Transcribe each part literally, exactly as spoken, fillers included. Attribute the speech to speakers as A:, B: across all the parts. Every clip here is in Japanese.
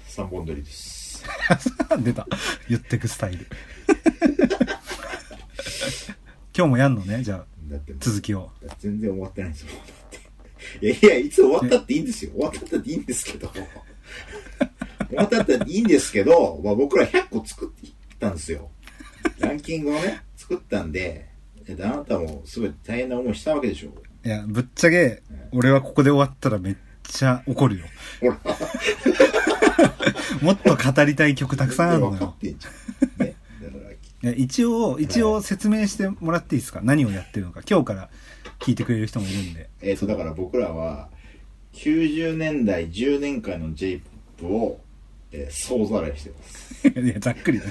A: さんぼん撮りです
B: 出た言ってくスタイル今日もやんのね。じゃあだって続きを
A: 全然終わってないんですよいやいや、いつ終わったっていいんですよ。終わったっていいんですけど終わったっていいんですけど、まあ、僕らひゃっこ作っていったんですよ。ランキングをね作ったんで、あなたもすごい大変な思いしたわけでしょ。
B: いや、ぶっちゃけ、うん、俺はここで終わったらめっちゃ怒るよ。ほらもっと語りたい曲たくさんあるのよ。分かってんじゃん、ね、だからいや一応一応説明してもらっていいですか、何をやってるのか。今日から聞いてくれる人もいるんで。
A: えっとだから僕らはきゅうじゅうねんだいじゅうねんかんの J-ポップ を、えー、総ざらいしてます。
B: いやざっくりだ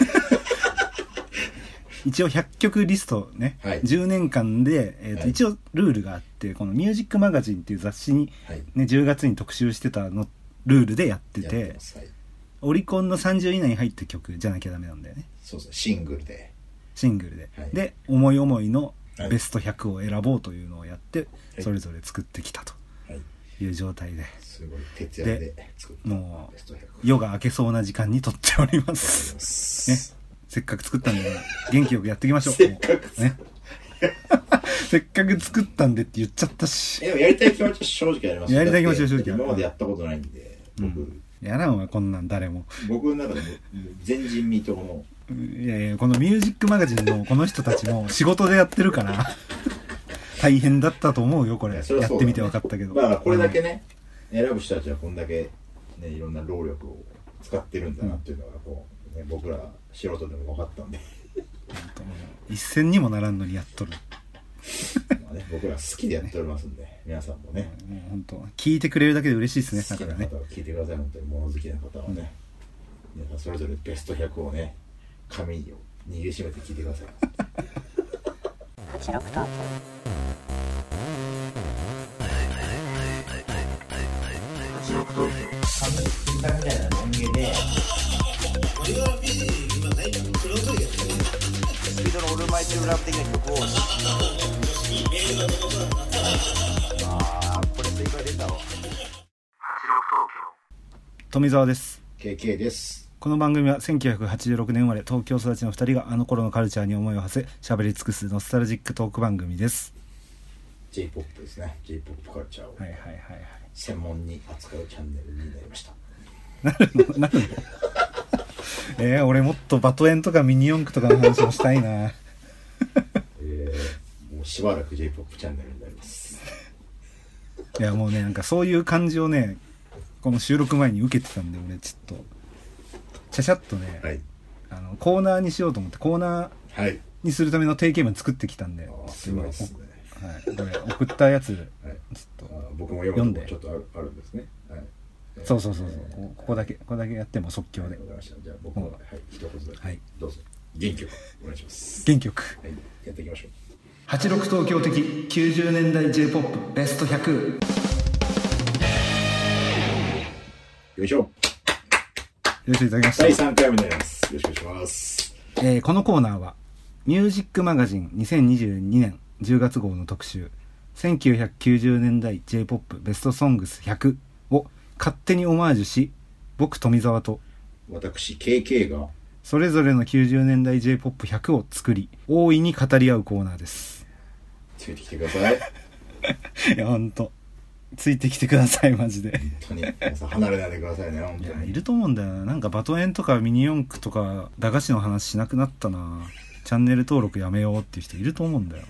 B: 一応ひゃっきょくリストね、はい、じゅうねんかんで、えーとはい、一応ルールがあって、このミュージックマガジンっていう雑誌に、はいね、じゅうがつに特集してたのルールでやってて、はい、オリコンのさんじゅうい以内に入った曲じゃなきゃダメなんだよね。
A: そうそう、シングルで
B: シングルで、はい、で思い思いのベストひゃくを選ぼうというのをやって、はい、それぞれ作ってきたという状態で、はい、
A: すごい徹夜で作った
B: もう夜が明けそうな時間に撮っておりますね。せっかく作ったんで元気よくやっていきましょう。
A: せっかくね
B: せっかく作ったんでって言っちゃったし。
A: でもやりたい気持ちは正直あります。
B: やりたい気持ちは正直ある。
A: 今までやったことないんで、僕、うん、
B: やらんわこんなん誰も。
A: 僕の中でも前人未到の。
B: いやいや、このミュージックマガジンのこの人たちも仕事でやってるから大変だったと思うよこれ。や, ね、やってみて分かったけど。
A: まあこれだけね、うん、選ぶ人たちはこんだけねいろんな労力を使ってるんだなっていうのがこう、ね、僕ら素人でも分かったんで
B: 一銭にもならんのにやっとる
A: まあ、ね、僕ら好きでやっておりますんで、皆さんもね、
B: もう本当聞いてくれるだけで嬉しいですね。
A: 好きな方は聞いてください。本当に物好きな方はね、うん、皆さんそれぞれベストひゃくをね紙を握りしめて聞いてくださいキャラクターキャラクターみたいなロン毛で俺は今大体クロートリやってるスピードのオールマイティラブ的な曲をあーこれ追加出たわ。
B: 富澤です。
A: ケーケー です。
B: この番組はせんきゅうひゃくはちじゅうろくねん生まれ東京育ちのふたりがあの頃のカルチャーに思いを馳せ喋り尽くすノスタルジックトーク番組です。
A: J-ポップ ですね。 J-ポップ カルチャーを専門に扱うチャンネルになりました。
B: なるのなるのえー、俺もっとバトエンとかミニ四駆とかの話もしたいなえ
A: ー、もうしばらく J-ポップ チャンネルになります
B: いやもうねなんかそういう感じをねこの収録前に受けてたんで、俺ちょっとちゃちゃっとね、はい、あのコーナーにしようと思ってコーナーにするための定型文作ってきたんで、はい、
A: すごいですね。
B: はい、これ送ったやつ、はい、ちょっと
A: 僕も読んでちょっとあ る, あるんですね。はい、
B: そうそうそうそう、えー、ここだけここだけやっても即興で。わかりました。
A: じゃあ僕は、うん、はい一言で、はい、どうぞ元気よくお願いします。
B: 元気よく、
A: はい、やっていきましょう。
B: はちじゅうろく東京的きゅうじゅうねんだい J-ポップ ベストひゃく。
A: よいしょ。よ
B: ろしくいただきました。
A: だいさんかいめになります。よろしくお願いします。
B: えー、このコーナーはミュージックマガジンにせんにじゅうにねんじゅうがつ号の特集せんきゅうひゃくきゅうじゅうねんだい J-ポップ ベストソングスひゃくを勝手にオマージュし、僕富澤と
A: 私 ケーケー が
B: それぞれのきゅうじゅうねんだい J-ポップひゃく を作り大いに語り合うコーナーです。
A: ついてきてください
B: いやほんとついてきてくださいマジで
A: 本当に皆さん離れないでくださいね。本当に
B: いやいると思うんだよな。なんかバトエンとかミニ四駆とか駄菓子の話しなくなったな、チャンネル登録やめようっていう人いると思うんだよ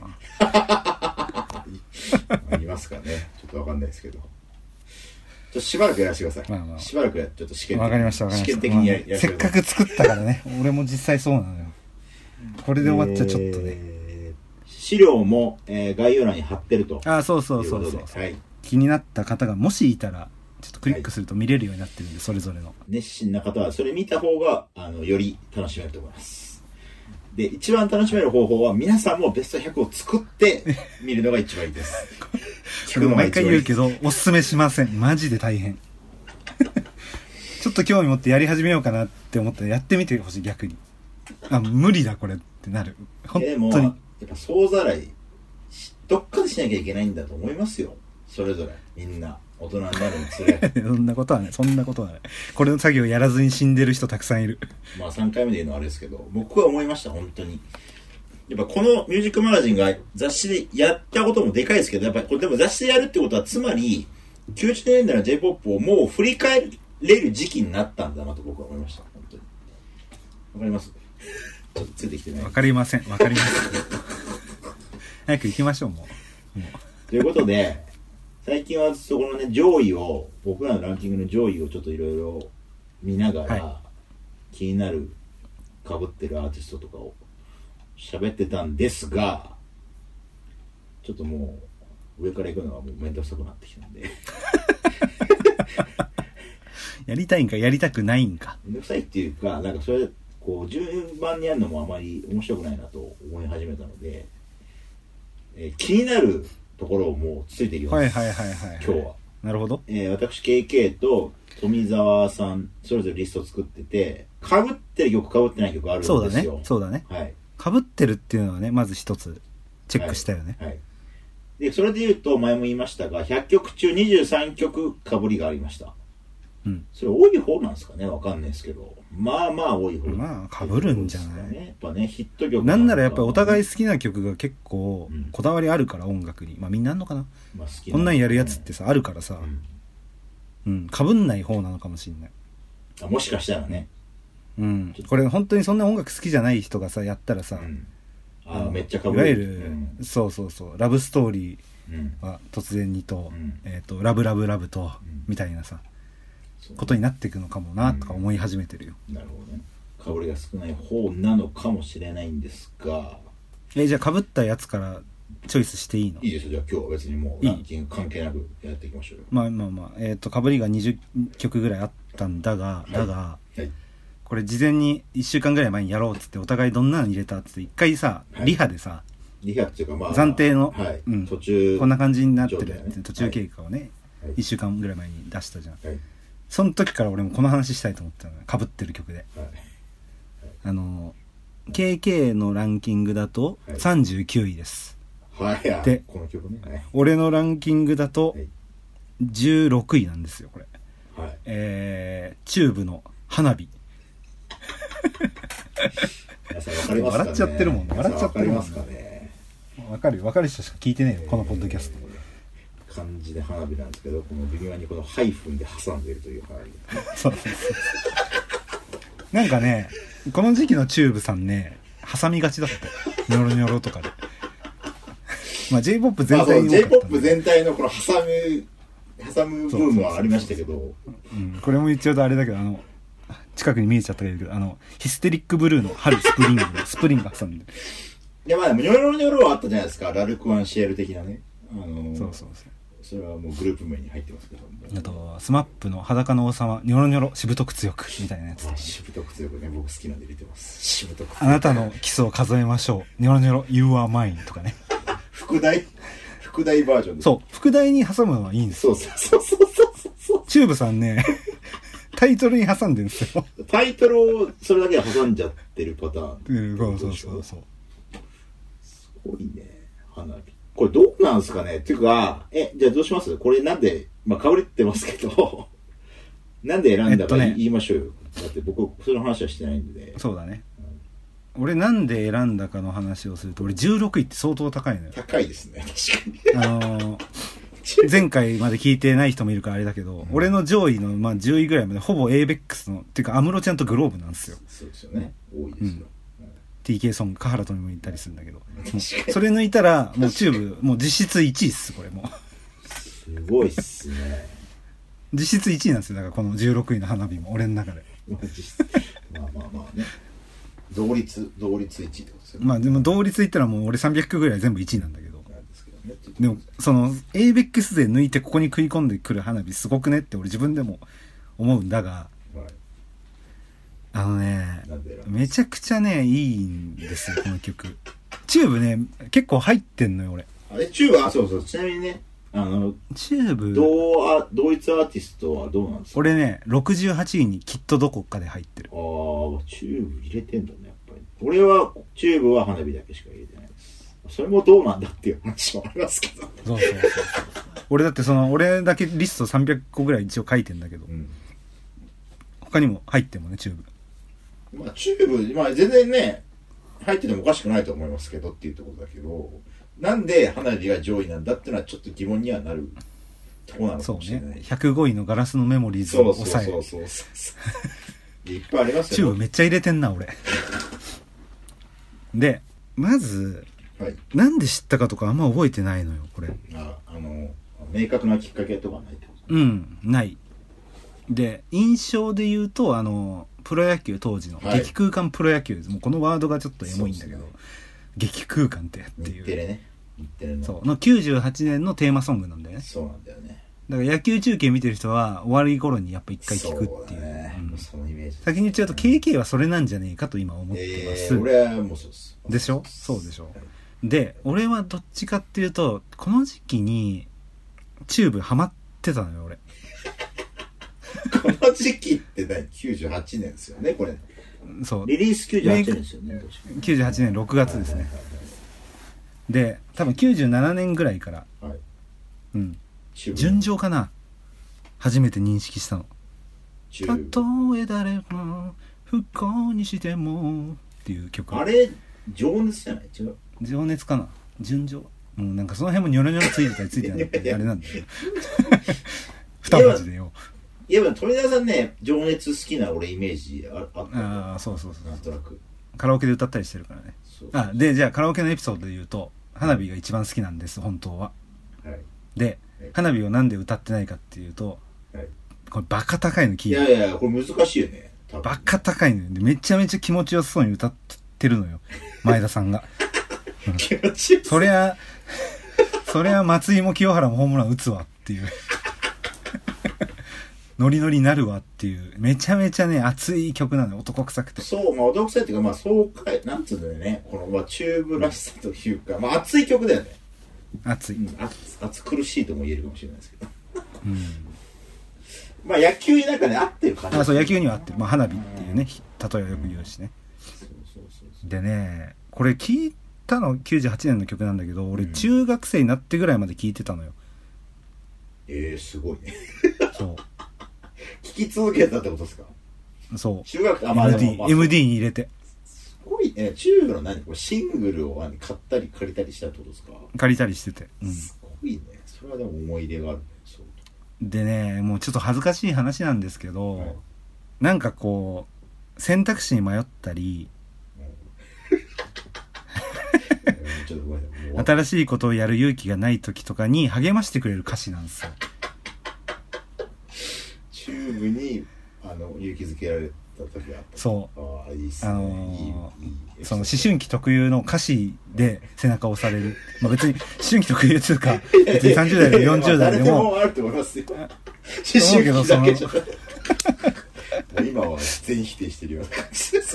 A: ないますかね。ちょっとわかんないですけど、ちょっとしばらくやらせてください。まあまあ、しばらくやちょっと試験的に。
B: わかりましたわかりました。
A: 試験的にやり、
B: まあ、せっかく作ったからね俺も実際そうなのよ。これで終わっちゃちょっとね、
A: えー、資料も、えー、概要欄に貼ってると。
B: あ、そうそうそうそう、はい、気になった方がもしいたらちょっとクリックすると見れるようになってるんで、はい、それぞれの
A: 熱心な方はそれ見た方があのより楽しめると思います。で一番楽しめる方法は皆さんもベストひゃくを作って見るのが一番いいです
B: 聞くのが一番いいです。毎回言うけどおすすめしません。マジで大変ちょっと興味持ってやり始めようかなって思ったらやってみてほしい。逆にあ無理だこれってなる。本当に
A: でもやっぱ総ざらいどっかでしなきゃいけないんだと思いますよ。それぞれみんな大人になるにつれ
B: そんなことはない、そんなことはない。これの作業やらずに死んでる人たくさんいる。
A: まあさんかいめで言うのはあれですけど、僕は思いました、本当に。やっぱこのミュージックマガジンが雑誌でやったこともでかいですけど、やっぱりこれでも雑誌でやるってことは、つまりきゅうじゅうねんだいの J-ポップ をもう振り返れる時期になったんだなと僕は思いました、本当に。わかります？ちょっとついてきてない。
B: わかりません、わかりません。早く行きましょう、もう。も
A: うということで、最近はそこのね、上位を、僕らのランキングの上位をちょっといろいろ見ながら、はい、気になる被ってるアーティストとかを喋ってたんですが、ちょっともう上から行くのはもう面倒くさくなってきたんで
B: やりたいんかやりたくないんか。
A: 面倒くさいっていうか、なんかそれこう順番にやるのもあまり面白くないなと思い始めたので、えー、気になるところをもうついていきます。
B: はいはいはいはい、はい、
A: 今日は。
B: なるほど。
A: えー、私 ケーケー と富澤さんそれぞれリストを作ってて、被ってる曲被ってない曲あるんですよ。
B: そうだね。そうだね。
A: はい。
B: 被ってるっていうのはね、まず一つチェックしたよね。
A: はい。はい、でそれで言うと前も言いましたが、ひゃっきょく中にじゅうさんきょく被りがありました。うん。それ多い方なんですかね、わかんないですけど、まあまあ多い方。
B: まあ被るんじゃない。
A: やっぱね、ヒット曲
B: なんならやっぱりお互い好きな曲が結構こだわりあるから、音楽に。まあみんなあんのかな。まあ好きな、こんなんやるやつってさあるからさ、うん、被んない方なのかもしれない。
A: あ、もしかしたらね。
B: うん。これ本当にそんな音楽好きじゃない人がさやったらさ、うん、
A: あめっちゃ被る。
B: いわゆる、うん、そうそうそう、ラブストーリーは突然にと、うん、えっとラブラブラブと、うん、みたいなさ。ことになっていくのかもなとか思い始めてるよ、
A: うん、なるほどね。かぶりが少ない方なのかもしれないんですが、
B: えじゃあかぶったやつからチョイスしていいの？
A: いいですよ。じゃあ今日は別にもうランキング関係なくやっていきましょうよ。
B: まあまあまあ、えっとかぶりがにじゅっきょくぐらいあったんだが、はい、だが、はい、これ事前にいっしゅうかんぐらい前にやろうっつってお互いどんなの入れたっつって一回さ、はい、リハでさ、
A: リハっていうかまあ
B: 暫定の、
A: はい、
B: うん、
A: 途中
B: こんな感じになってる、ね、途中経過をね、はい、いっしゅうかんぐらい前に出したじゃん、はい、その時から俺もこの話したいと思ったのよ、かぶってる曲で、はいはい、あの ケーケー のランキングだとさんじゅうきゅういです、はい、で
A: この曲ね、はい、
B: 俺のランキングだとじゅうろくいなんですよこれ、はい、えー、チューブの花火
A: 皆さん分かりますかね。
B: 笑っちゃってるもんね。笑っちゃってるもん
A: ね。
B: 分かるよ、分かる人しか聞いてねえよ、このポッドキャスト、
A: えー、漢字で花火なんですけど、この微妙にこのハイフンで挟んでいるという花火
B: そうそうそうなんかね、この時期のチューブさんね挟みがちだったニョロニョロとかでまあ J-ポップ 全体に多かった、ね、
A: J-ポップ 全体のこの挟む挟むブームはありましたけど、
B: うん、これも言っちゃうとあれだけど、あの近くに見えちゃったけど、あのヒステリックブルーの春スプリングスプリング挟んでる。
A: いやまあニョロニョロはあったじゃないですか、ラルクワンシエル的なね、あのー、そうそうそう、それはもうグループ名に入ってますけども、
B: あとスマップの裸の王様ニョロニョロしぶとく強くみたいなやつ、
A: あしぶとく強くね、僕好きなんで入れてます。しぶとく強く、
B: あなたのキスを数えましょうニョロニョロ You are mine とかね
A: 副題副題バージョンで、
B: そう副題に挟むのはいいんですよ。
A: そうそうそうそうそう
B: チューブさんねタイトルに挟んでるんですよ。
A: タイトルをそれだけで挟んじゃってるパターン、
B: うん、そうそうそうそう、
A: すごいね花火。これどうなんですかねっていうか、えじゃあどうします？これなんで、まあかぶれてますけどなんで選んだか、ね、言いましょうよ。だって僕その話はしてないんで。
B: そうだね、うん、俺なんで選んだかの話をすると、俺じゅうろくいって相当高いのよ。
A: 高いですね、確かに。あのー
B: 前回まで聞いてない人もいるからあれだけど、うん、俺の上位のまあじゅういぐらいまでほぼ エーベックス のっていうか安室ちゃんとグローブなんですよ。
A: そうですよね、多いですよ、うん、
B: ティーケー ソング華原ともいたりするんだけど、もうそれ抜いたらもうチューブもう実質いちいっす。これも
A: すごいっすね
B: 実質いちいなんですよ。だからこのじゅうろくいの花火も俺の中で
A: まあまあまあね、同率同率いちいってことですよね。
B: まあでも同率いったらもう俺さんびゃっきょくぐらい全部いちいなんだけど、でもその エーベックス で抜いてここに食い込んでくる花火すごくねって俺自分でも思うんだが、はい、あのねめちゃくちゃねいいんですよこの曲チューブね結構入ってんのよ俺。
A: あれチューブはそうそう、ちなみにね、あの
B: チューブ
A: 同あ同一アーティストはどうなんですか？
B: 俺ねろくじゅうはちいにきっとどこかで入ってる。
A: ああチューブ入れてんだねやっぱり。俺はチューブは花火だけしか入れてないです。 それもどうなんだっていう話もありますけど、ね、
B: そうそうそうそう俺だってその俺だけリストさんびゃっこぐらい一応書いてんだけど、うん、他にも入ってもねチュー
A: ブまあチューブまあ全然ね入っててもおかしくないと思いますけどっていうところだけど、なんで花火が上位なんだっていうのはちょっと疑問にはなるところなのかもしれない。そうね、
B: ひゃくごいのガラスのメモリーズを抑える。
A: そうそうそうそういっぱいありますよね。
B: チューブめっちゃ入れてんな俺でまず、はい、なんで知ったかとかあんま覚えてないのよこれ。
A: ああの明確なきっかけとかないってこと？
B: うんないで印象で言うとあのプロ野球当時の、はい、激空間プロ野球もうこのワードがちょっとエモいんだけど、ね、激空間ってっていう日
A: テレね日テレの
B: そうのきゅうじゅうはちねんのテーマソングなんだよね。
A: そうなんだよね。
B: だから野球中継見てる人は終わり頃にやっぱ一回聞くっていう、ねうん、
A: そのイメージ
B: 先に言っちゃうと ケーケー はそれなんじゃねえかと今思ってます、
A: えー、俺はもうそうです
B: でしょそうでしょ、はい、で俺はどっちかっていうとこの時期にチューブハマってたのよ俺
A: この時期って何きゅうじゅうはちねんですよねこれ。そうリリースきゅうじゅうはちねんですよね。
B: きゅうじゅうはちねんろくがつですね、はいはいはいはい、で多分きゅうじゅうななねんぐらいから、はい、うん純情かな初めて認識したの。たとえ誰も不幸にしてもっていう曲。
A: あれ情熱じゃない？違う
B: 情熱かな純情もうなんかその辺もニョロニョロついてたりついてないってあれなんだけど二文字でよ。
A: いや富田さんね情熱好きな俺イメージ あ, あった。
B: ああそうそうそう
A: なんとなく
B: カラオケで歌ったりしてるからね。そうそうそうあでじゃあカラオケのエピソードで言うと花火が一番好きなんです本当は、はい、で花火をなんで歌ってないかっていうと、はい、これバカ高いの聞いて。
A: いやいやこれ難しいよね。
B: バカ高いのよ。でめちゃめちゃ気持ちよさそうに歌ってるのよ前田さんが
A: 気持ちよさ
B: そりゃそりゃ松井も清原もホームラン打つわっていうノリノリになるわっていうめちゃめちゃね熱い曲なのよ男臭くて。
A: そうまあ男臭いっていうかまあ爽快なんつうんだよねこの、まあ、チューブらしさというかまあ熱い曲だよね。
B: 熱い、
A: うん、熱, 熱苦しいとも言えるかもしれないですけど、うん、まあ野球になんかね合ってる感じ。
B: あそう野球には合ってる、まあ、花火っていうね例えはよく言うしね、そうそうそうそうでねこれ聞いたのきゅうじゅうはちねんの曲なんだけど俺中学生になってぐらいまで聞いてたのよ、うん、
A: えーすごいね
B: そう
A: 聞き続けたってことですか。
B: そう
A: 中学あ、
B: まあ、エムディー、まあ、エムディー に入れて
A: すごいね。チューブの何これシングルを買ったり借りたりしたってことですか。
B: 借りたりしてて、
A: うん、すごいね。それはでも思い入れがあるね。そう
B: でねもうちょっと恥ずかしい話なんですけど、はい、なんかこう選択肢に迷ったり、うん、新しいことをやる勇気がない時とかに励ましてくれる歌詞なんですよ。
A: チューブにあの勇気づけられた時があった。
B: そう
A: ああいいっすね、
B: あの
A: ー、いいいい
B: その思春期特有の歌詞で背中を押される、まあ、別に思春期特有というか別にさんじゅうだいでもよんじゅうだいでも
A: 誰でもあると思いますよ思春期だけじゃ今は全否定してるような感じです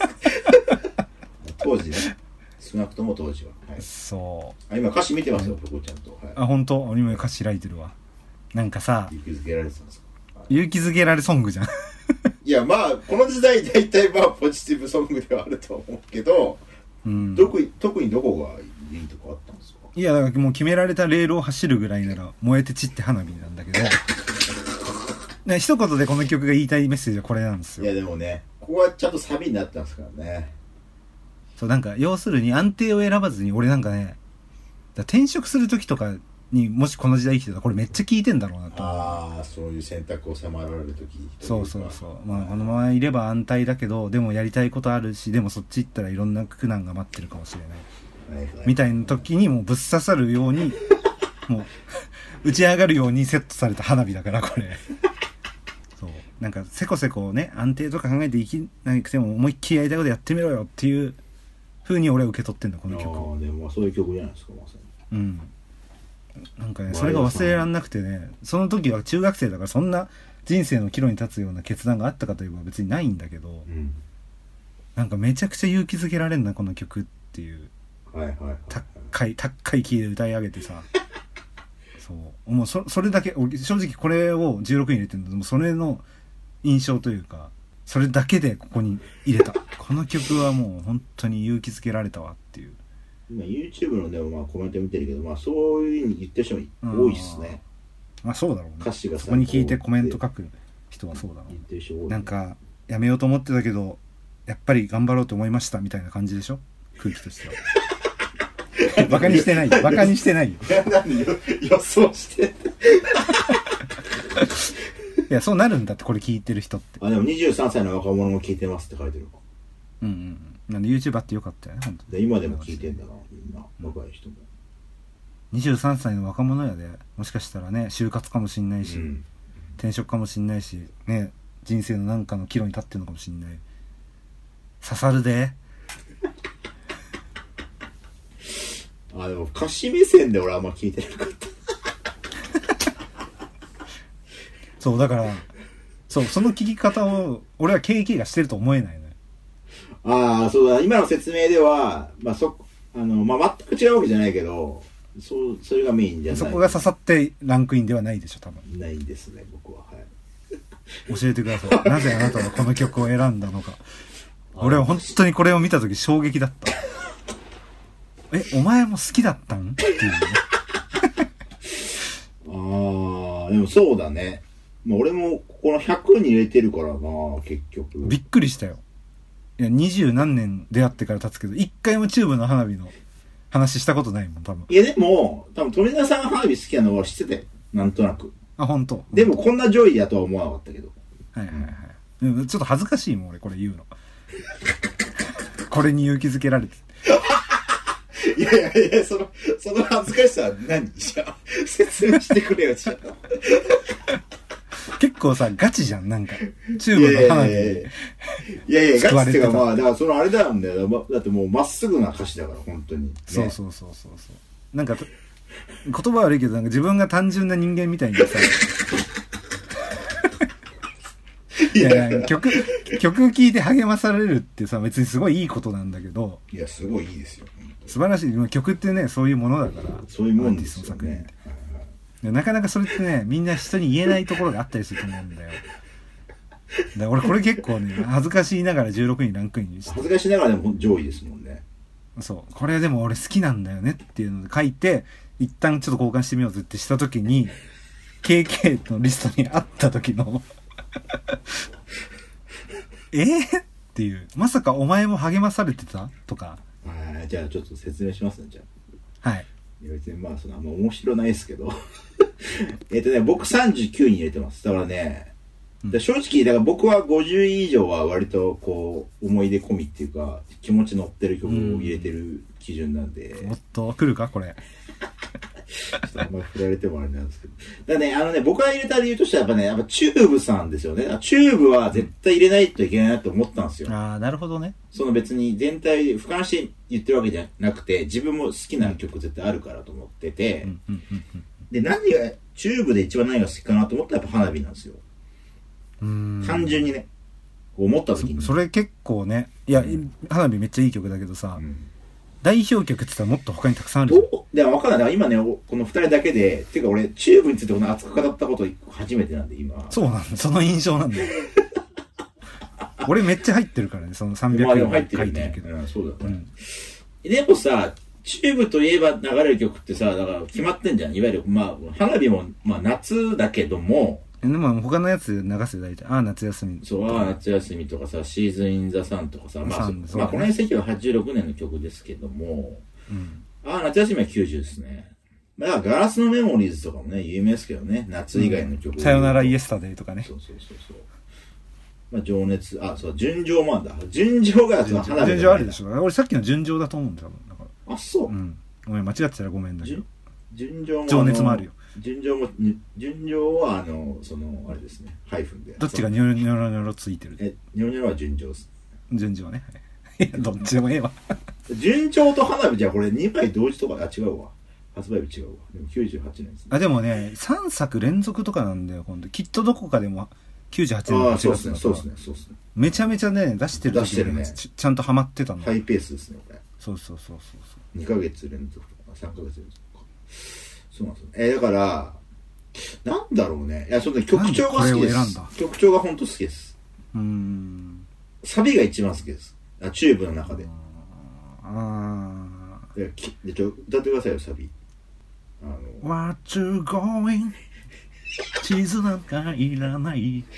A: 当時ね少なくとも当時は、はい、
B: そう
A: あ今歌詞見てますよ僕、うん、ちゃんと、はい、
B: あ本当俺今歌詞開いてるわ。なんかさ
A: 勇気づけられてたんですか。
B: 勇気づけられソングじゃん
A: いやまあこの時代大体まあポジティブソングではあると思うけど、うん、特に特にどこがいいとかあったんですか。
B: いやだからもう決められたレールを走るぐらいなら燃えて散って花火なんだけどね一言でこの曲が言いたいメッセージはこれなんですよ。
A: いやでもねここはちゃんとサビになったんですからね。
B: そうなんか要するに安定を選ばずに俺なんかねだ転職する時とかにもしこの時代生きてたらこれめっちゃ聞いてんだろうなと。
A: ああそういう選択を迫られる時。
B: そうそうそうまあこのままいれば安泰だけどでもやりたいことあるしでもそっち行ったらいろんな苦難が待ってるかもしれない、はいはい、みたいな時にもうぶっ刺さるようにもう打ち上がるようにセットされた花火だからこれそうなんかせこせこね安定とか考えていきなくても思いっきりやりたいことやってみろよっていう風に俺は受け取ってんだこの曲を。
A: ああでもそういう曲じゃないですかまさに。
B: うんなんかねそれが忘れらんなくてねその時は中学生だからそんな人生の岐路に立つような決断があったかといえば別にないんだけど、うん、なんかめちゃくちゃ勇気づけられるなこの曲っていう、
A: はいはいはいはい、
B: 高い高いキーで歌い上げてさそうもう そ, それだけ正直これをじゅうろくに入れてるのもうそれの印象というかそれだけでここに入れたこの曲はもう本当に勇気づけられたわっていう
A: 今 YouTube のでもまあコメント見てるけど、まあそういう風に言ってる人も多いっすね。
B: まあそうだろうね。
A: 歌詞が
B: そこに聞いてコメント書く人はそうだろう。
A: 言ってる人多い、ね。
B: なんかやめようと思ってたけどやっぱり頑張ろうと思いましたみたいな感じでしょ、空気としては。バカにしてないよ。バカにしてないよ。
A: いや、なんで予想してい
B: や、そうなるんだって、これ聞いてる人って。
A: あ、でもにじゅうさんさいの若者も聞いてますって書いてる。
B: うんうん。なんで YouTuber ってよかったよね、本当
A: で今でも聞いてんだな、みんな、若い人も。
B: にじゅうさんさいの若者やで、もしかしたらね、就活かもしんないし、うん、転職かもしんないし、ね、人生のなんかの岐路に立ってるのかもしんない。刺さるで。
A: あ、でも歌詞目線で俺あんま聞いてなかった。
B: そう、だから、そう、その聞き方を、俺は ケーケー がしてると思えないのよ。
A: ああ、そうだ、今の説明では、まあそ、あの、まあ全く違うわけじゃないけど、そう、それがメインじゃない。
B: そこが刺さってランクインではないでしょ、多分。
A: ないですね、僕は。はい。
B: 教えてください。なぜあなたはこの曲を選んだのか。俺は本当にこれを見たとき衝撃だった。え、お前も好きだったんっていうね。
A: ああ、でもそうだね。まあ、俺もここのひゃくに入れてるからな、結局。
B: びっくりしたよ。いや、二十何年出会ってから経つけど、一回もチューブの花火の話したことないもん、多分。
A: いや、でも、多分富田さんが花火好きなのは知ってたよ。なんとなく。
B: あ、本当。
A: でもこんな上位だとは思わなかったけど。
B: はいはいはい。でもちょっと恥ずかしいもん、俺、これ言うの。これに勇気づけられて。
A: いやいやいや、その、その恥ずかしさは何じゃあ、説明してくれよ、じゃあ。
B: 結構さ、ガチじゃん、なんか。チューブの花火。
A: いやいや、ガチっていうかまあ、だからそのあれだよね。だってもうまっすぐな歌詞だから、本当に、ね。そう
B: そうそうそうそう。なんか、言葉悪いけど、なんか自分が単純な人間みたいにさ。いやいや、曲、曲聴いて励まされるってさ、別にすごいいいことなんだけど。
A: いや、すごいいいですよ。
B: 素晴らしい。曲ってね、そういうものだから。
A: そういうもんですよね。
B: なかなかそれってね、みんな人に言えないところがあったりすると思うんだよ。だから俺これ結構ね、恥ずかしいながらじゅうろくいにランクインして。
A: 恥ずかしながらでも上位ですもんね。
B: そう。これでも俺好きなんだよねっていうので書いて、一旦ちょっと交換してみようぜってしたときに、ケーケー のリストにあった時のえー、っていう。まさかお前も励まされてたとか。
A: あ、じゃあちょっと説明しますね、じゃ
B: あ。はい。
A: 別にまあ、そのあんま面白ないですけど。えっとね、僕さんじゅうきゅうに入れてます。だからね、うん、正直、だから僕はごじゅうい以上は割とこう、思い出込みっていうか、気持ち乗ってる曲を入れてる基準なんで。
B: うん、もっと来るかこれ。
A: ちょっとあんまり振られてもあれなんですけど。だからね、あのね、僕が入れた理由としてはやっぱね、やっぱチューブさんですよね。チューブは絶対入れないといけないなって思ったんですよ。
B: ああ、なるほどね。
A: その別に全体で俯瞰して言ってるわけじゃなくて、自分も好きな曲絶対あるからと思ってて、うんうんうんうん、で、何が、チューブで一番何が好きかなと思ったらやっぱ花火なんですよ。うーん、単純にね、思った時に。
B: そ, それ結構ね、いや、うん、花火めっちゃいい曲だけどさ、うん、代表曲って言ったらもっと他にたくさんあるじゃん。
A: おでも分かんない。だから今ね、この二人だけで、っていうか俺、チューブについてこの熱く語ったこと初めてなんで、今。
B: そうなんだ。その印象なんだよ。俺めっちゃ入ってるからね、そのさんびゃくえん書いてるけど。
A: うん、そうだね。うん、でもさ、チューブといえば流れる曲ってさ、だから決まってんじゃん。いわゆる、まあ、花火も、まあ夏だけども、
B: でも他のやつ流すよ大体。ああ、夏休み。
A: そう、ああ、夏休みとかさ、シーズン・イン・ザ・サンとかさ、まあ、ね、まあ、この辺せんきゅうひゃくはちじゅうろくねんの曲ですけども、うん、ああ、夏休みはきゅうじゅうですね。まあ、ガラスのメモリーズとかもね、有名ですけどね、夏以外の曲、
B: うん。さよならイエスタデイとかね。
A: そうそうそうそう。まあ、情熱、あ、そう、純情もあんだ。純情がその花火。
B: 純情あるでしょ。俺さっきの純情だと思うんだよ。だか
A: らあ、そう。
B: うん。ごめん、間違ってたらごめんだけど。
A: 純情も。
B: 情熱もあるよ。
A: 純情も、純情は、あの、その、あれですね、ハイフンで。
B: どっちがニョロニョロニョロついてる？
A: え、ニョロニョロは純情です。
B: 純情ね。いや、どっちでもええわ。
A: 純情と花火じゃこれにまい同時とか、あ、違うわ。発売日違うわ。でもきゅうじゅうはちねんですね。
B: あ、でもね、さんさく連続とかなんだよ、今度。きっとどこかでもきゅうじゅうはちねんのはちがつだから。そうですね、そうですね。めちゃめちゃね、出してる時に、ね、出してるね。ち, ちゃんとハマってたの。
A: ハイペースですね、これ。
B: そうそうそうそう。
A: にかげつ連続とか、さんかげつ連続とか。そうなんですよ。えー、だから、なんだろうね。いや、その曲調が好きです。曲調が本当好きです。うーん。サビが一番好きです。あ、チューブの中で。
B: ああ。
A: いやきちょ歌ってくださいよサビ。
B: あの What you going 地図なんかいらない。い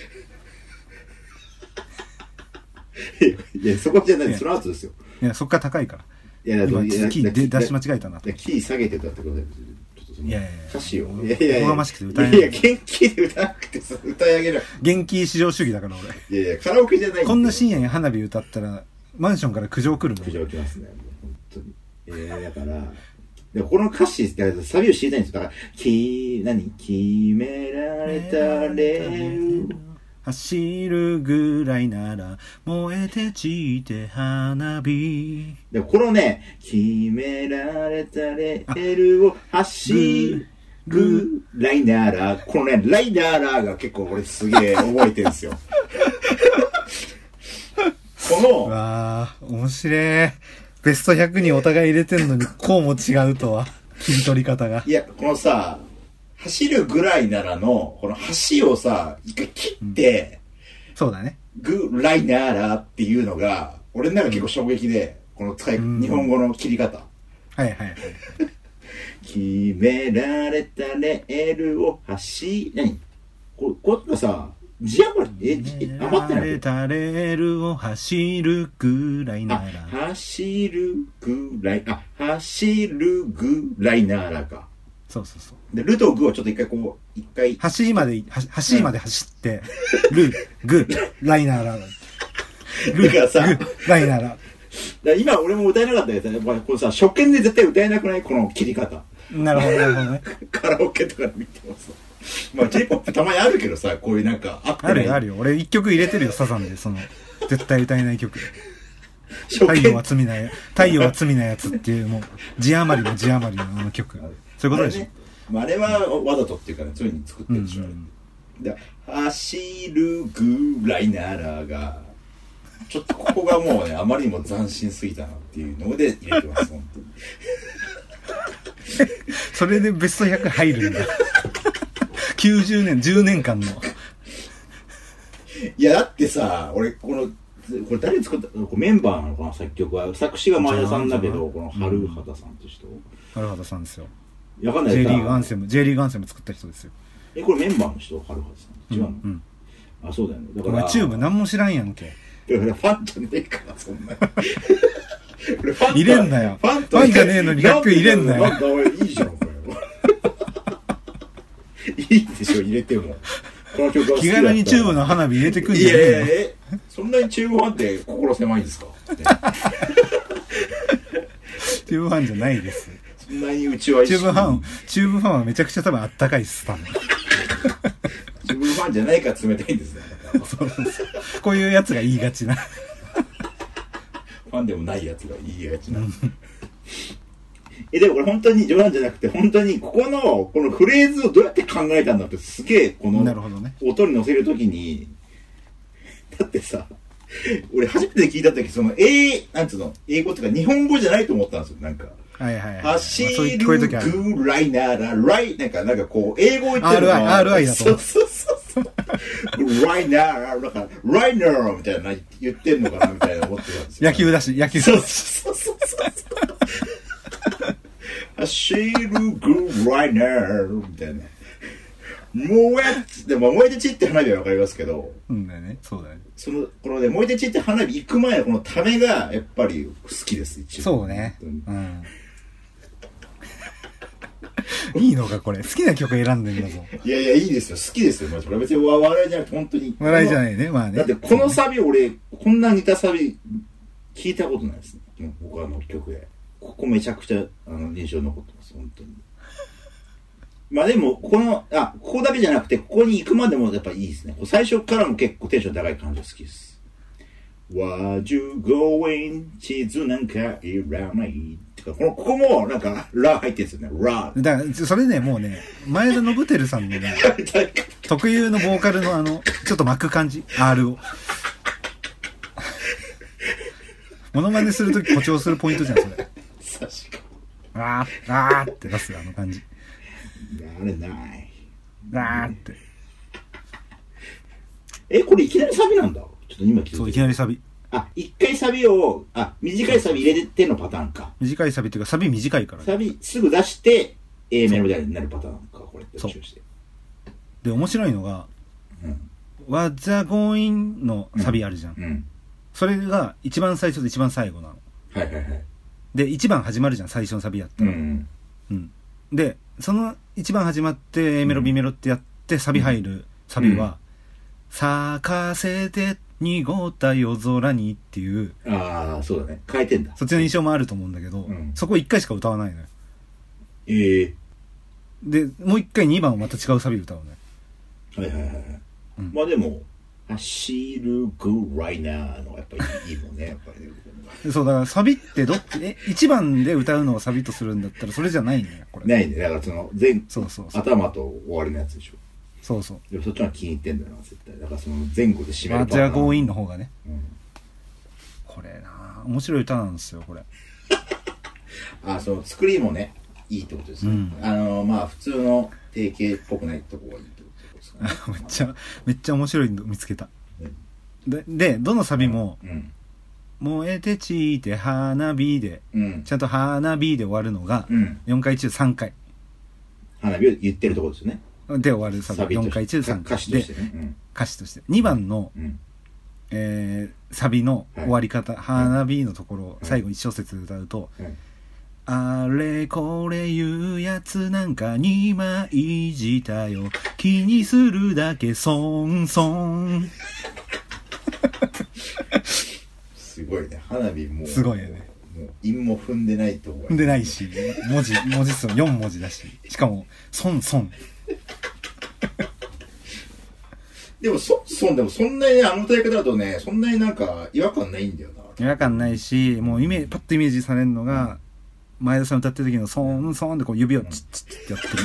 A: やそこじゃない、その後ですよ。
B: いやそっから高いから。
A: いや
B: 今キーで出し間違えたなと。
A: キー下げて歌ってください。ちょっとその
B: いやいや
A: 歌詞を
B: いやいやおこがましくて歌えない。
A: いやいや元気で歌わなくてさ歌い上げない。
B: 元気至上主義だから俺。
A: いやいやカラオケじゃない。
B: こんな深夜に花火歌ったらマンションから苦情来るの。
A: 苦情来ますね。もう本当に。えー、だからでこの歌詞サビを知りたいんですよ。だからき何決められたレール
B: 走るぐらいなら燃えて散って花火。
A: でこのね決められたレールを走るライナーラー、このねライナーラーが結構俺すげえ覚えてるんですよ。この
B: わー面白い。ベストひゃくにお互い入れてんのにこうも違うとは切り取り方が。
A: いやこのさ走るぐらいならのこの橋をさ一回切って、
B: うん、そうだね
A: グライナーラっていうのが俺の中結構衝撃で、この使い、うん、日本語の切り方。
B: はいはいはい
A: 決められたレールを走何ここれさ字余りえ余ってない。
B: れたレールを走るぐらいなら
A: 走るぐらいあ走るぐらいならか。
B: そうそうそう。
A: でルとグをちょっと一回こう一回
B: 走りまで走りまで走って、うん、ルグライナーラ
A: ルがさ
B: ライナーラ
A: だ今俺も歌えなかったやつね。これさ初見で絶対歌えなくない？この切り方。
B: なるほどなるほどね。
A: カラオケとかで見てもさ。まあ J-ポップ たまにあるけどさ、こういうなんか
B: あってない。あるよあるよ。俺一曲入れてるよサザンでその絶対歌えない曲。太陽は罪な太陽は罪なやつっていうもう字余りの字余りのあの曲。そういうことでしょ。
A: あれね、まあ、あれはわざとっていうかね、そういう風に作ってるでしょ。うんうん、で走るぐらいならがちょっとここがもうねあまりにも斬新すぎたなっていうので入れてます本当に。
B: それでベストひゃく入るんだ。きゅうじゅうねんじゅうねんかんの。
A: いやだってさ俺このこれ誰作ったメンバーなのかな。作曲は作詞が前田さんだけどこの春畑さんって人、うん、春
B: 畑さんですよ。
A: わかんない。
B: J リーグアンセム J リーグアンセム作った人ですよ。
A: えこれメンバーの人春畑さん違うの、うんうん、あそうだよね。だから
B: お前チューブ何も知らんやんけ。
A: ファンじゃねえからそんな
B: 入れんなよ。ファン, ファンじゃねえのにひゃく入れんなよ。
A: なんだおいいいじゃんこれ。いいでしょ入れても。この曲は好きだった。
B: 気軽にチューブの花火入れてくんじゃねえよ。いやいやえ
A: そんなにチューブファンって心狭いんですか。
B: チューブファンじゃないです。
A: そんなにうちは
B: チューブファンチューブファンはめちゃくちゃ多分あったかいっす多分。
A: チューブファンじゃないから冷たいんですね。
B: そうそうそうこういうやつが言いがちな。
A: ファンでもないやつが言いがちな。えでもこれ本当に冗談じゃなくて本当にここのこのフレーズをどうやって考えたんだってすげえこの音に乗せるときに、だってさ俺初めて聞いた時その英なんつうの英語とか日本語じゃないと思ったんですよ。なんか
B: はいはいはい、
A: 走るぐらいならライなんかなんかこう英語言ってるの
B: アールアイ アールアイ だと思う。
A: そうそうそうライナーなんかライナーみたいな言ってんのかなみたいな思ってたんですよ。
B: 野球だし野球だし。
A: そうそうそうそう走るぐらいナーみたいな。燃えでも燃えて散って花火はわかりますけど、
B: うんだよねそうだよね。
A: そのこのね燃えて散って花火行く前のこのためがやっぱり好きです一応。
B: そうね。うんいいのかこれ好きな曲選んでんだぞ。
A: いやいやいいですよ好きですよマジこれ別に笑いじゃなくて本当に
B: 笑いじゃないねまあね。
A: だってこのサビ俺こんな似たサビ聞いたことないですね他の曲で。ここめちゃくちゃあの印象に残ってます本当に。まあでもこのあここだけじゃなくてここに行くまでもやっぱいいですね。最初からも結構テンション高い感じが好きです。Where you going 地図なんかいらないってかこのここもなんかラ入ってるんですよねラ。
B: だからそれねもうね前田信輝さんのね特有のボーカルのあのちょっと巻く感じ R をモノマネするとき誇張するポイントじゃんそれ。
A: 確か
B: にあーあーって出すあの感じ。
A: あれない
B: あーって。
A: えこれいきなりサビなんだ。ちょっと今聞いて。
B: そういきなりサビ。
A: あ、一回サビを、あ、短いサビ入れてのパターンか。
B: 短いサビっていうか、サビ短いから、ね。
A: サビすぐ出して、A メロみたいになるパターンか、これって。
B: そう。で、面白いのが、うん、What's the going のサビあるじゃん。うんうん、それが一番最初と一番最後なの。
A: はいはいはい。
B: で、一番始まるじゃん、最初のサビやったら。うん、うん。で、その一番始まって A メロ、うん、B メロってやってサビ入るサビは、うん、咲かせて濁った夜空にっていう。
A: ああ、そうだね。変えてんだ。
B: そっちの印象もあると思うんだけど、うん、そこ一回しか歌わないのよ。
A: ええ
B: ー。で、もう一回にばんをまた違うサビ歌うのよ。
A: はいはいはいはい。うん、まあでも、走るぐらいなのやっぱりいいもんね、やっぱりね。
B: そう、だからサビってどっち、え、いちばんで歌うのをサビとするんだったらそれじゃないんだよ、これ。
A: ないね。だからその、前、
B: そうそうそう。
A: 頭と終わりのやつでしょ。
B: そうそう。
A: でもそっちの気に入ってんだよな、絶対。だからその前後で締めるパターン。
B: じゃあゴーインの方がね。うん、これな面白い歌なんですよ、これ。
A: あ、そう、作りもね、いいってことですね。うん、あの、まあ普通の定型っぽくないとこがいいってことですかね。
B: めっちゃ、めっちゃ面白いの見つけた。うん、で、で、どのサビも、うん、燃えてちいて花火で、うん、ちゃんと花火で終わるのが、よんかい中さんかい。
A: 花火を言ってるところですよね。
B: で終わるサビよんかい中さんかい。
A: 歌詞としてね。うん、
B: 歌詞として。にばんの、うんえー、サビの終わり方、はい、花火のところを最後いち小節で歌うと、はいはいあれこれ言うやつなんかにまいしたよ気にするだけそんそん
A: すごいね花火も
B: すごいよね
A: もう韻も踏んでないと思う
B: 踏んでないし文字文字数よん文字だししかもそんそん
A: でもそんそんでもそんなにあの歌い方だとねそんなになんか違和感ないんだよな
B: 違和感ないしもうイメージパッとイメージされるのが、うん前田さん歌ってる時のソーンソーンってこう指をチッチッチッってやってる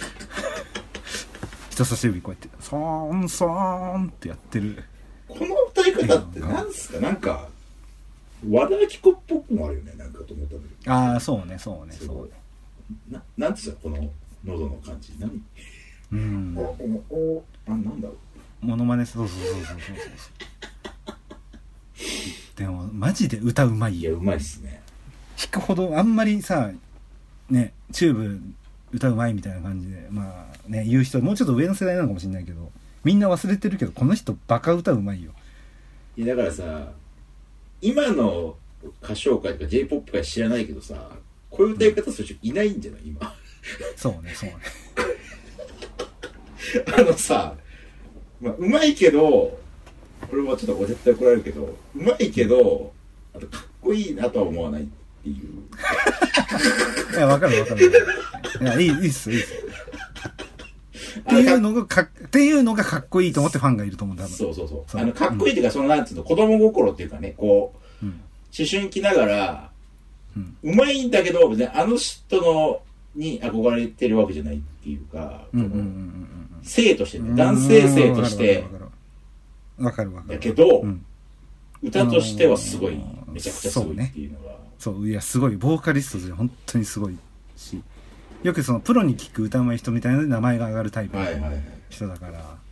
B: 人差し指こうやってソーンソーンってやってる
A: この歌い方ってなんすかなんか和田アキ子っぽくもあるよねなんかと思ったんだけど
B: ああそうねそうねそうね
A: ななんつうのこの喉の感じ何
B: うん
A: おおおあなんだろ
B: うモノマネそうそうそうそうそうそうでもマジで歌うまい
A: よいやうまいっすね
B: 弾くほどあんまりさねチューブ歌うまいみたいな感じでまあね言う人もうちょっと上の世代なのかもしれないけどみんな忘れてるけどこの人バカ歌うまいよ
A: いやだからさ今の歌唱界とか J-ポップ 界知らないけどさこういう歌い方する人いないんじゃない今
B: そうねそうね
A: あのさ、まあ、うまいけどこれはちょっと絶対怒られるけどうまいけどあとかっこいいなとは思わないっていう
B: いや、わかるわかる。いや、いい、いいっす、いいっす。っていうのがか、っていうのがかっこいいと思ってファンがいると思うんだ。
A: そうそうそう。あの、かっこいいっていうか、その、なんつうの、子供心っていうかね、こう、うん、思春期ながら、うん、うまいんだけど、別にあの人の、に憧れてるわけじゃないっていうか、性としてね、男性性として、
B: わかるわかる。
A: だけど、うん、歌としてはすごい、めちゃくちゃすごいっていうのが、
B: そう、いやすごいボーカリストで本当にすごいしよくそのプロに聴く歌うまい人みたいなので名前が上がるタイプの人だから、はいはいはい、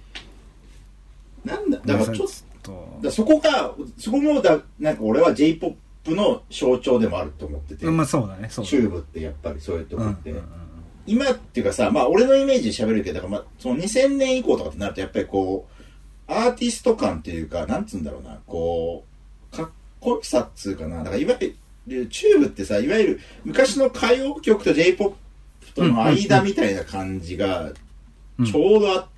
A: なんだだからちょっとだそこがそこもだなんか俺は J-ポップ の象徴でもあると思ってて、
B: まあそうだねそうだね
A: チューブってやっぱりそういうとこって、うんうんうん、今っていうかさまあ俺のイメージで喋るけど、まあ、そのにせんねん以降とかってなるとやっぱりこうアーティスト感っていうかなんつうんだろうなこうかっこよさっつうかなだからいわゆるチューブってさいわゆる昔の歌謡曲と J-ポップ との間みたいな感じがちょうどあって、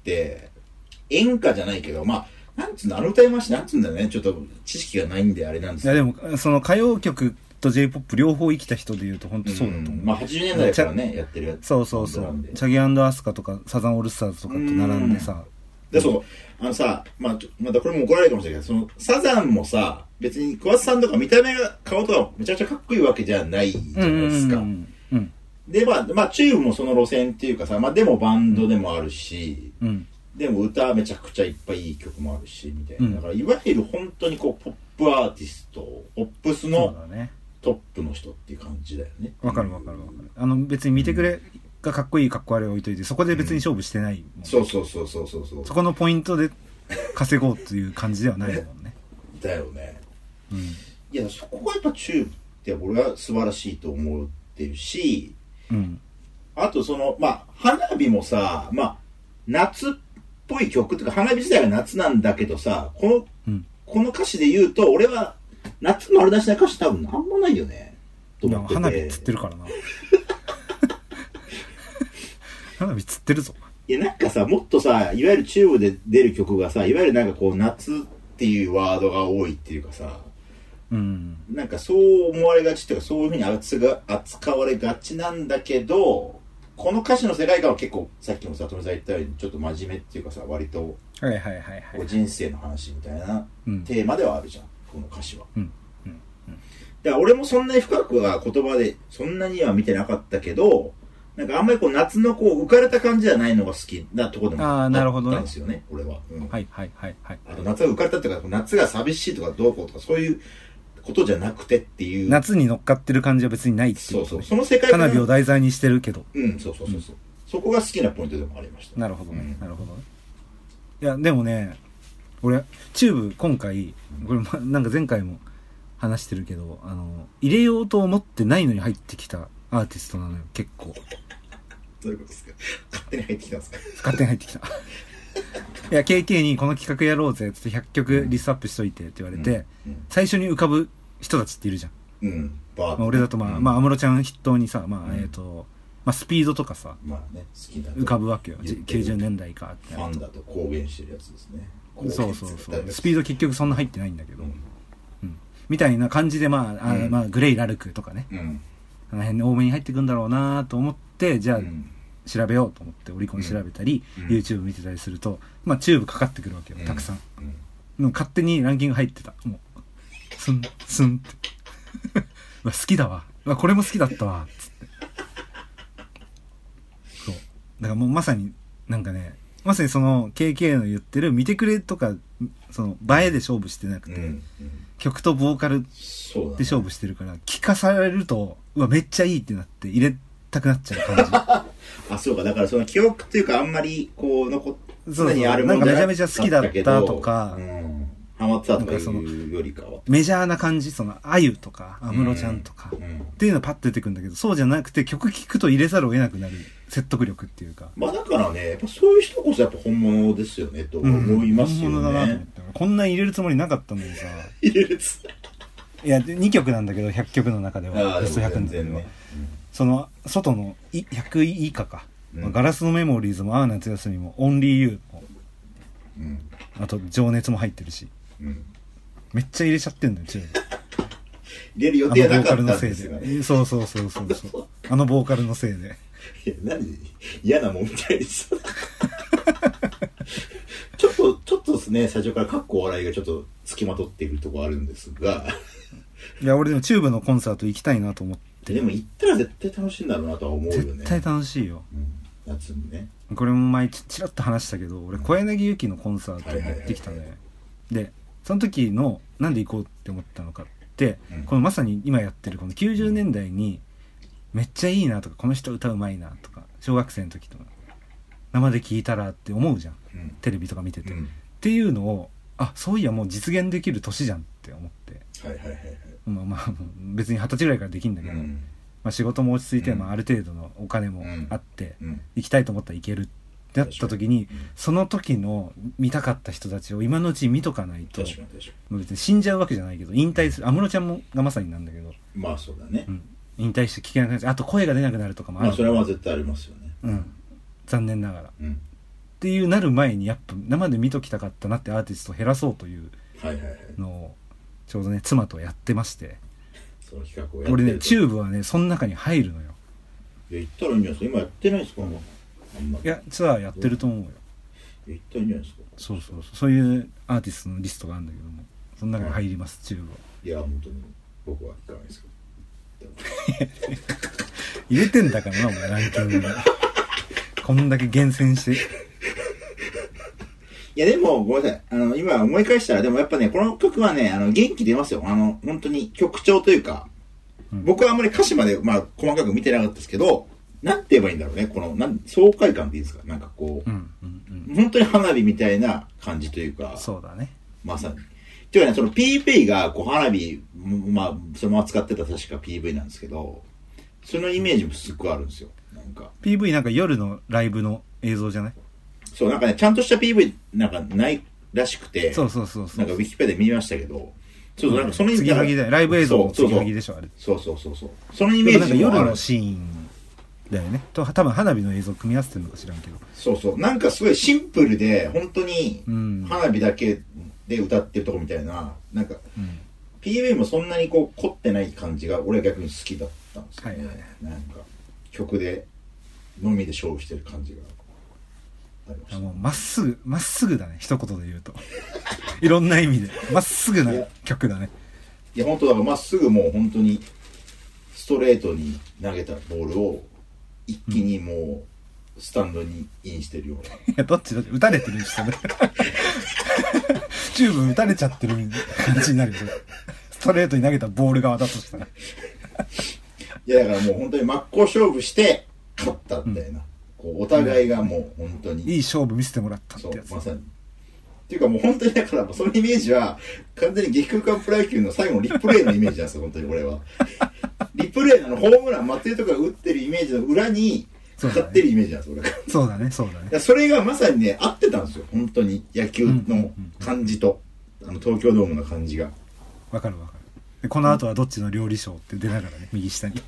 A: うん、演歌じゃないけどまあなんつうんだあの歌いましなんつうんだよねちょっと知識がないんであれなんですけど
B: いやでもその歌謡曲と J-ポップ 両方生きた人でいうと本当そうだと思う、
A: うん、まあはちじゅうねんだいからねやってるやつ
B: そうそうそうチャギ&アスカとかサザンオールスターズとかと並んでさ
A: でそうあのさ、まあ、またこれも怒られるかもしれないけどそのサザンもさ別に桑田さんとか見た目が顔とかめちゃくちゃかっこいいわけじゃないじゃないですか、うんうんうん、でまあ、まあ、チューブもその路線っていうかさ、まあ、でもバンドでもあるし、うん、でも歌めちゃくちゃいっぱいいい曲もあるしみたいな、うん、だからいわゆる本当にこうポップアーティストポップスのトップの人っていう感じだよね
B: わかるわかるわかるあの別に見てくれ、うんがかっこいいかっこ悪い置いといてそこで別に勝負してない、
A: うん、そうそうそうそうそうそう
B: そこのポイントで稼ごうという感じではないもんね
A: だよね
B: うん、
A: いやそこがやっぱチューブって俺は素晴らしいと思ってるし、
B: うん、
A: あとそのまあ花火もさ、まあ夏っぽい曲とか花火自体が夏なんだけどさ、この、うん、この歌詞で言うと俺は夏丸出しな歌詞多分なんもないよねと思ってて。
B: 花火つってるからな花火つってるぞ。
A: いやなんかさ、もっとさ、いわゆるチューブで出る曲がさ、いわゆるなんかこう夏っていうワードが多いっていうかさ、
B: うん、
A: なんかそう思われがちっていうか、そういうふうに扱われがちなんだけど、この歌詞の世界観は結構さっきもさ、富澤言ったようにちょっと真面目っていうかさ、割と
B: はいはいはいはい、
A: 人生の話みたいなテーマではあるじゃん、この歌詞は。
B: うんうんうん、
A: だから俺もそんなに深くは言葉でそんなには見てなかったけど、なんかあんまりこう夏のこう浮かれた感じじゃないのが好きなところでもあったんですよね、俺は、うん。
B: はいはいはいはい。
A: あと夏が浮かれたっていうか、夏が寂しいとかどうこうとかそういうことじゃなくてっていう。
B: 夏に乗っかってる感じは別にないっていう、ね。
A: そうそう。その世界観。
B: 花火を題材にしてるけど。
A: うん、そうそうそうそう、うん。そこが好きなポイントでもありました。
B: なるほどね、うん、なるほどね。いや、でもね、俺、チューブ今回、これなんか前回も話してるけど、あの、入れようと思ってないのに入ってきたアーティストなのよ、結構。
A: どういうことですか？勝手に入ってきたんですか？
B: 勝手に入ってきた。いや、ケーケー にこの企画やろうぜってひゃっきょくリストアップしといてって言われて、うんうん、最初に浮かぶ人たちっているじゃん。
A: うん。
B: まあ、俺だとまあ、うん、まあ、安室ちゃん筆頭にさ、まあ、うん、えっ、ー、と、まあ、スピードとかさ、
A: まあね、好きだ
B: 浮かぶわけよ。きゅうじゅうねんだいかって。
A: ファンだと公言してるやつですね。
B: そうそうそう。スピード結局そんな入ってないんだけど、うんうん、みたいな感じで、まあ、あうん、まあ、グレイ・ラルクとかね、うん、あの辺に多めに入ってくんだろうなと思って、じゃあ、うん、調べようと思ってオリコン調べたり、うん、YouTube 見てたりすると、まあ、チューブかかってくるわけよ、たくさん。うん、勝手にランキング入ってた。もう、スン、スンって。好きだわ。これも好きだったわ。つって。そう。だからもうまさに、なんかね、まさにその ケーケー の言ってる見てくれとか、その映えで勝負してなくて、うんうん、曲とボーカルで勝負してるから、聞かされると、うわ、めっちゃいいってなって入れたくなっちゃう感じ。
A: あ、そうか。だからその記憶っていうかあんまりこう残っ
B: 常にあるものなんかめちゃめちゃ好きだったとか、うん、
A: ハマってたとかいうよりかは
B: メジャーな感じ、そのあゆとか安室ちゃんとか、うんうん、っていうのがパッと出てくるんだけど、そうじゃなくて曲聴くと入れざるを得なくなる説得力っていうか、
A: まあだからね、やっぱそういう人こそやっぱ本物ですよねと思いますよね、うん、本物だなと思って。
B: こんなに入れるつもりなかったのにさ
A: 入れるつ
B: いやにきょくなんだけどひゃっきょくの中ではベストひゃくの中では、ね、うん、その外のひゃくい以下か、うん、ガラスのメモリーズもあー夏休みもオンリーユーも、うん、あと情熱も入ってるし、うん、めっちゃ入れちゃってんだよ、チューブ
A: 入れる予定なかったんですよ
B: ね。そうそうそうそうそうあのボーカルのせいで。
A: いや、何嫌なもんみたいですちょっとちょっとですね、最初からかっこ笑いがちょっとつきまとっているところあるんですが
B: いや、俺でもチューブのコンサート行きたいなと思って。
A: でも行ったら絶対楽しいんだろうなとは思うよね。
B: 絶対楽しいよ、
A: うん、夏にね。
B: これも前ちらっと話したけど、俺小柳ゆきのコンサート行ってきたね。でその時のなんで行こうって思ったのかって、うん、このまさに今やってるこのきゅうじゅうねんだいにめっちゃいいなとか、この人歌うまいなとか、小学生の時とか生で聴いたらって思うじゃん、うん、テレビとか見てて、うん、っていうのを、あ、そういやもう実現できる年じゃんって思って、はいはいはいはい、まあまあ別に二十歳ぐらいからできるんだけど、うん、まあ、仕事も落ち着いて、うん、まあ、ある程度のお金もあって、うん、行きたいと思ったら行けるってなった時に、うん、その時の見たかった人たちを今のうちに見とかないと、別に死んじゃうわけじゃないけど引退する、安室ちゃんもがまさになんだけど、
A: まあそうだね、うん、
B: 引退して聴けなくなっちゃう、あと声が出なくなるとかもある、
A: まあ、それは絶対ありますよね、
B: うん、残念ながら、うん、っていうなる前にやっぱ生で見ときたかったなってアーティストを減らそうというのをちょうどね妻とやってまして、
A: その企画をやってる。
B: 俺ねチューブはねその中に入るのよ。
A: いや行ったらいいんじゃないですか。今やってないですか、うん、あんまり。
B: いやツアーやってると思うよ。
A: 行ったらいいんじゃないですか。
B: そうそうそう、そういうアーティストのリストがあるんだけども、その中に入ります、はい、チューブは。
A: いや本当に僕は行かないですけど
B: 入れてんだからなお前ランキングにこんだけ厳選して。
A: いやでもごめんなさい、あの今思い返したら、でもやっぱねこの曲はね、あの元気出ますよ。あの本当に曲調というか、うん、僕はあんまり歌詞までまあ細かく見てなかったですけど、なんて言えばいいんだろうね、このなん爽快感でいいですか、なんかこう、うんうんうん、本当に花火みたいな感じというか、
B: そうだね、
A: まさにていうかね、その ピーブイ がこう花火、まあ、そのまま使ってた確か ピーブイ なんですけど、そのイメージもすっごいあるんですよ。なんか。
B: ピーブイ なんか夜のライブの映像じゃない？
A: そう、なんかね、ちゃんとした ピーブイ なんかないらしくて、
B: そうそうそうそう。
A: なんかウィキペで見ましたけど、そうそう、なんかその
B: イメージ。継ぎはぎで、ライブ映像の継ぎはぎでしょ、あれ。
A: そうそうそうそう。そのイメージもある。
B: なんか夜のシーンだよね。と、多分花火の映像組み合わせてるのか知らんけど。
A: そうそう。なんかすごいシンプルで、本当に花火だけで歌ってるとこみたいな、なんか、うん、ピーブイ もそんなにこう凝ってない感じが俺は逆に好きだったんですよね。はいはいはい、なんか曲でのみで勝負してる感じがありました。
B: もうまっすぐまっすぐだね、一言で言うといろんな意味でまっすぐな曲だね。
A: いや本当だからまっすぐもう本当にストレートに投げたボールを一気にもうスタンドにインしてるような、
B: うん、いやどっちどっち打たれてる人ねチューブ打たれちゃってる感じになるよストレートに投げたボール側だとしたら
A: いやだからもう本当に真っ向勝負して勝ったみたいな、うん、こうお互いがもう本当に
B: いい勝負見せてもらったってやつ。
A: そうまさにっていうかもう本当にだからそのイメージは完全に激空間プロ野球の最後のリプレイのイメージなんですよ本当に俺はリプレイのホームラン松井とかが打ってるイメージの裏にかかってるイメージなんですよ、俺が。
B: そうだねそうだね。
A: それがまさにね合ってたんですよ本当に野球の感じと、あの東京ドームの感じが
B: わかるわかる。でこの後はどっちの料理賞って出ながらね右下に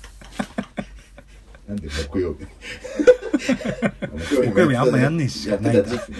A: なんで木曜日
B: 木曜日あんまやんねえし
A: やってた時期ね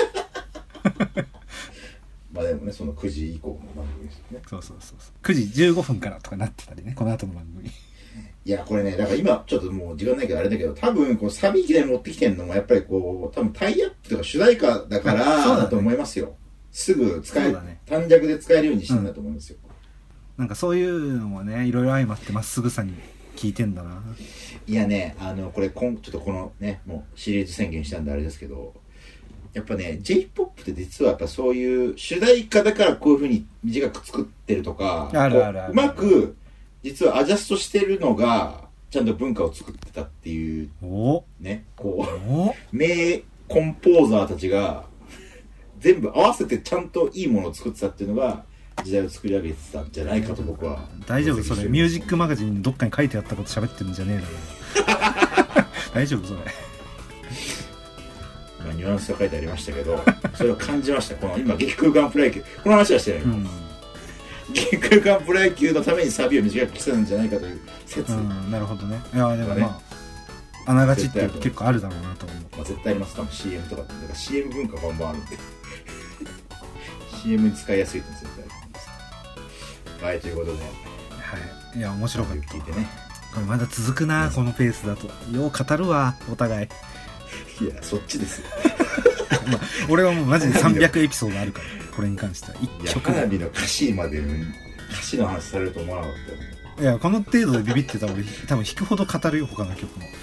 A: まあでもねそのくじ以降の番組ですよね。
B: そうそうそうそうくじじゅうごふんからとかなってたりねこの後の番組。
A: いやこれねだから今ちょっともう時間ないけどあれだけど多分こうサビ機で持ってきてんのもやっぱりこう多分タイアップとか主題歌だからだと思いますよ、ね、すぐ使える、ね、短尺で使えるようにしてんだと思いますよ、うん、
B: なんかそういうのもねいろいろ相まってまっすぐさに聞いてんだな。
A: いやねあのこれこんちょっとこのねもうシリーズ宣言したんであれですけどやっぱね J-ポップ って実はやっぱそういう主題歌だからこういう風に短く作ってるとか
B: あるあるある
A: うまく実はアジャストしてるのがちゃんと文化を作ってたっていうねこう名コンポーザーたちが全部合わせてちゃんといいものを作ってたっていうのが時代を作り上げてたんじゃないかと僕は。
B: 大丈夫それミュージックマガジンにどっかに書いてあったこと喋ってるんじゃねえの大丈夫それ
A: まあニュアンスが書いてありましたけどそれを感じましたこの今激空間プロ野球この話はしてない、うん、激空間プロ野球のためにサビを短くしたんじゃないかという説、うん、
B: なるほどね。いやでもまあ、ね、あながちって結構あるだろうなと思う、
A: まあ、絶対あります多分 シーエム とかってだから シーエム 文化バンバンあるんでシーエム に使いやすいって絶対あると思います。はいということで、
B: はい、いや面白かった。
A: 聞いてね
B: これまだ続くな、うん、このペースだとよう語るわお互い。
A: いやそっちですよ
B: まあ、俺はもうマジでさんびゃくエピソードあるからこれに関してはいっきょく
A: 花火の歌詞まで歌詞の話されると思わなかった
B: よ。いやこの程度でビビってたら俺多分弾くほど語るよ他の曲も。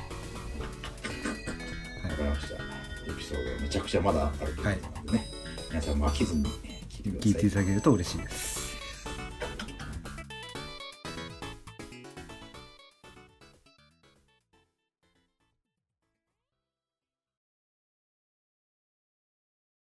A: わかりました。エピソードめちゃくちゃまだあると思うのでね、はい、皆さんも飽きずに聞いてください。
B: 聞いていただけると嬉しいです。